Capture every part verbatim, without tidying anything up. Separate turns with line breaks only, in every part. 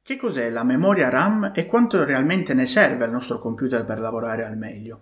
Che cos'è la memoria RAM e quanto realmente ne serve al nostro computer per lavorare al meglio?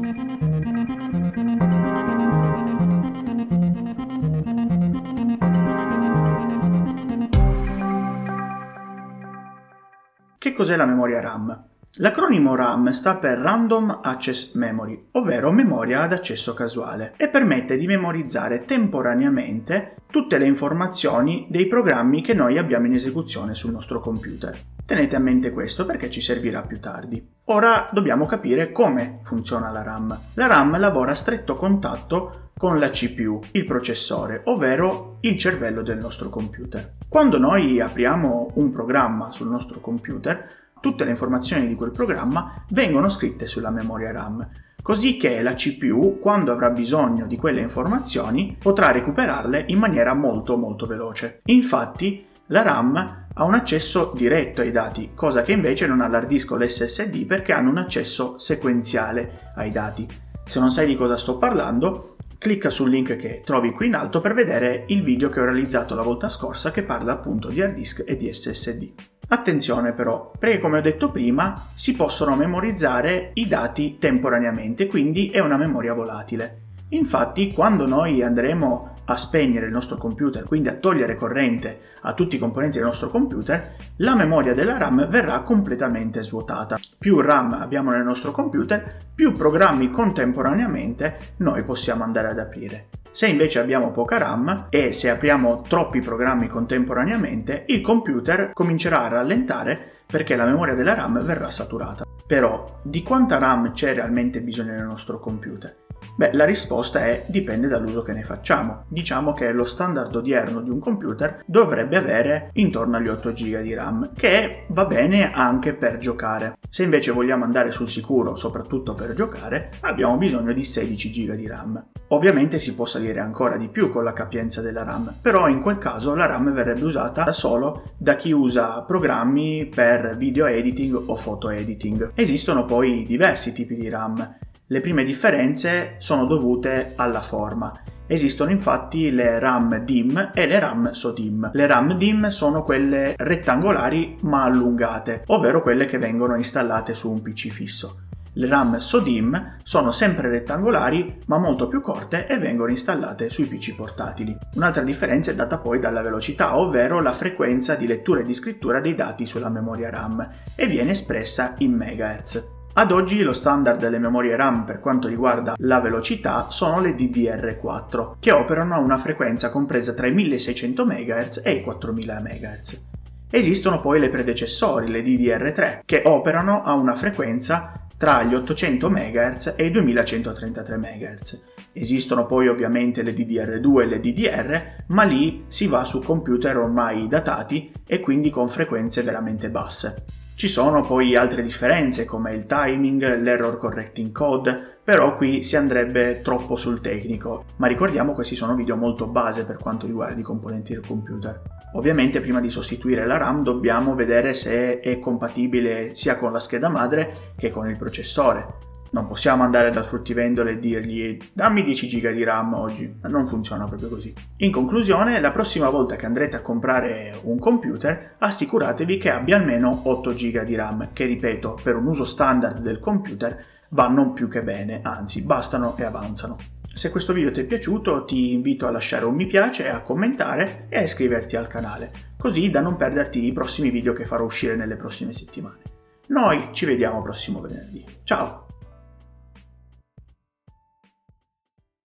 Che cos'è la memoria RAM? L'acronimo RAM sta per Random Access Memory, ovvero memoria ad accesso casuale, e permette di memorizzare temporaneamente tutte le informazioni dei programmi che noi abbiamo in esecuzione sul nostro computer. Tenete a mente questo perché ci servirà più tardi. Ora dobbiamo capire come funziona la RAM. La RAM lavora a stretto contatto con la C P U, il processore, ovvero il cervello del nostro computer. Quando noi apriamo un programma sul nostro computer, tutte le informazioni di quel programma vengono scritte sulla memoria RAM, così che la C P U, quando avrà bisogno di quelle informazioni, potrà recuperarle in maniera molto molto veloce. Infatti, la RAM ha un accesso diretto ai dati, cosa che invece non ha l'hard disk o l'S S D perché hanno un accesso sequenziale ai dati. Se non sai di cosa sto parlando, clicca sul link che trovi qui in alto per vedere il video che ho realizzato la volta scorsa che parla appunto di hard disk e di S S D. Attenzione però, perché come ho detto prima si possono memorizzare i dati temporaneamente, quindi è una memoria volatile. Infatti quando noi andremo a spegnere il nostro computer, quindi a togliere corrente a tutti i componenti del nostro computer, la memoria della RAM verrà completamente svuotata. Più RAM abbiamo nel nostro computer, più programmi contemporaneamente noi possiamo andare ad aprire. Se invece abbiamo poca RAM e se apriamo troppi programmi contemporaneamente, il computer comincerà a rallentare perché la memoria della RAM verrà saturata. Però, di quanta RAM c'è realmente bisogno nel nostro computer? Beh, la risposta è dipende dall'uso che ne facciamo. Diciamo che lo standard odierno di un computer dovrebbe avere intorno agli otto giga di RAM, che va bene anche per giocare. Se invece vogliamo andare sul sicuro, soprattutto per giocare, abbiamo bisogno di sedici giga di RAM. Ovviamente si può salire ancora di più con la capienza della RAM, però in quel caso la RAM verrebbe usata solo da chi usa programmi per video editing o foto editing. Esistono poi diversi tipi di RAM. Le prime differenze sono dovute alla forma. Esistono infatti le RAM D I M e le RAM SODIMM. Le RAM D I M sono quelle rettangolari ma allungate, ovvero quelle che vengono installate su un P C fisso. Le RAM SODIMM sono sempre rettangolari ma molto più corte e vengono installate sui P C portatili. Un'altra differenza è data poi dalla velocità, ovvero la frequenza di lettura e di scrittura dei dati sulla memoria RAM, e viene espressa in megahertz. Ad oggi lo standard delle memorie RAM per quanto riguarda la velocità sono le D D R quattro, che operano a una frequenza compresa tra i milleseicento megahertz e i quattromila megahertz. Esistono poi le predecessori, le D D R tre, che operano a una frequenza tra gli ottocento megahertz e i duemilacentotrentatré megahertz. Esistono poi ovviamente le D D R due e le D D R, ma lì si va su computer ormai datati e quindi con frequenze veramente basse. Ci sono poi altre differenze come il timing, l'error correcting code, però qui si andrebbe troppo sul tecnico, ma ricordiamo questi sono video molto base per quanto riguarda i componenti del computer. Ovviamente prima di sostituire la RAM dobbiamo vedere se è compatibile sia con la scheda madre che con il processore. Non possiamo andare dal fruttivendolo e dirgli dammi dieci giga di RAM oggi, non funziona proprio così. In conclusione, la prossima volta che andrete a comprare un computer, assicuratevi che abbia almeno otto giga di RAM, che ripeto, per un uso standard del computer vanno più che bene, anzi bastano e avanzano. Se questo video ti è piaciuto ti invito a lasciare un mi piace, a commentare e a iscriverti al canale, così da non perderti i prossimi video che farò uscire nelle prossime settimane. Noi ci vediamo prossimo venerdì. Ciao!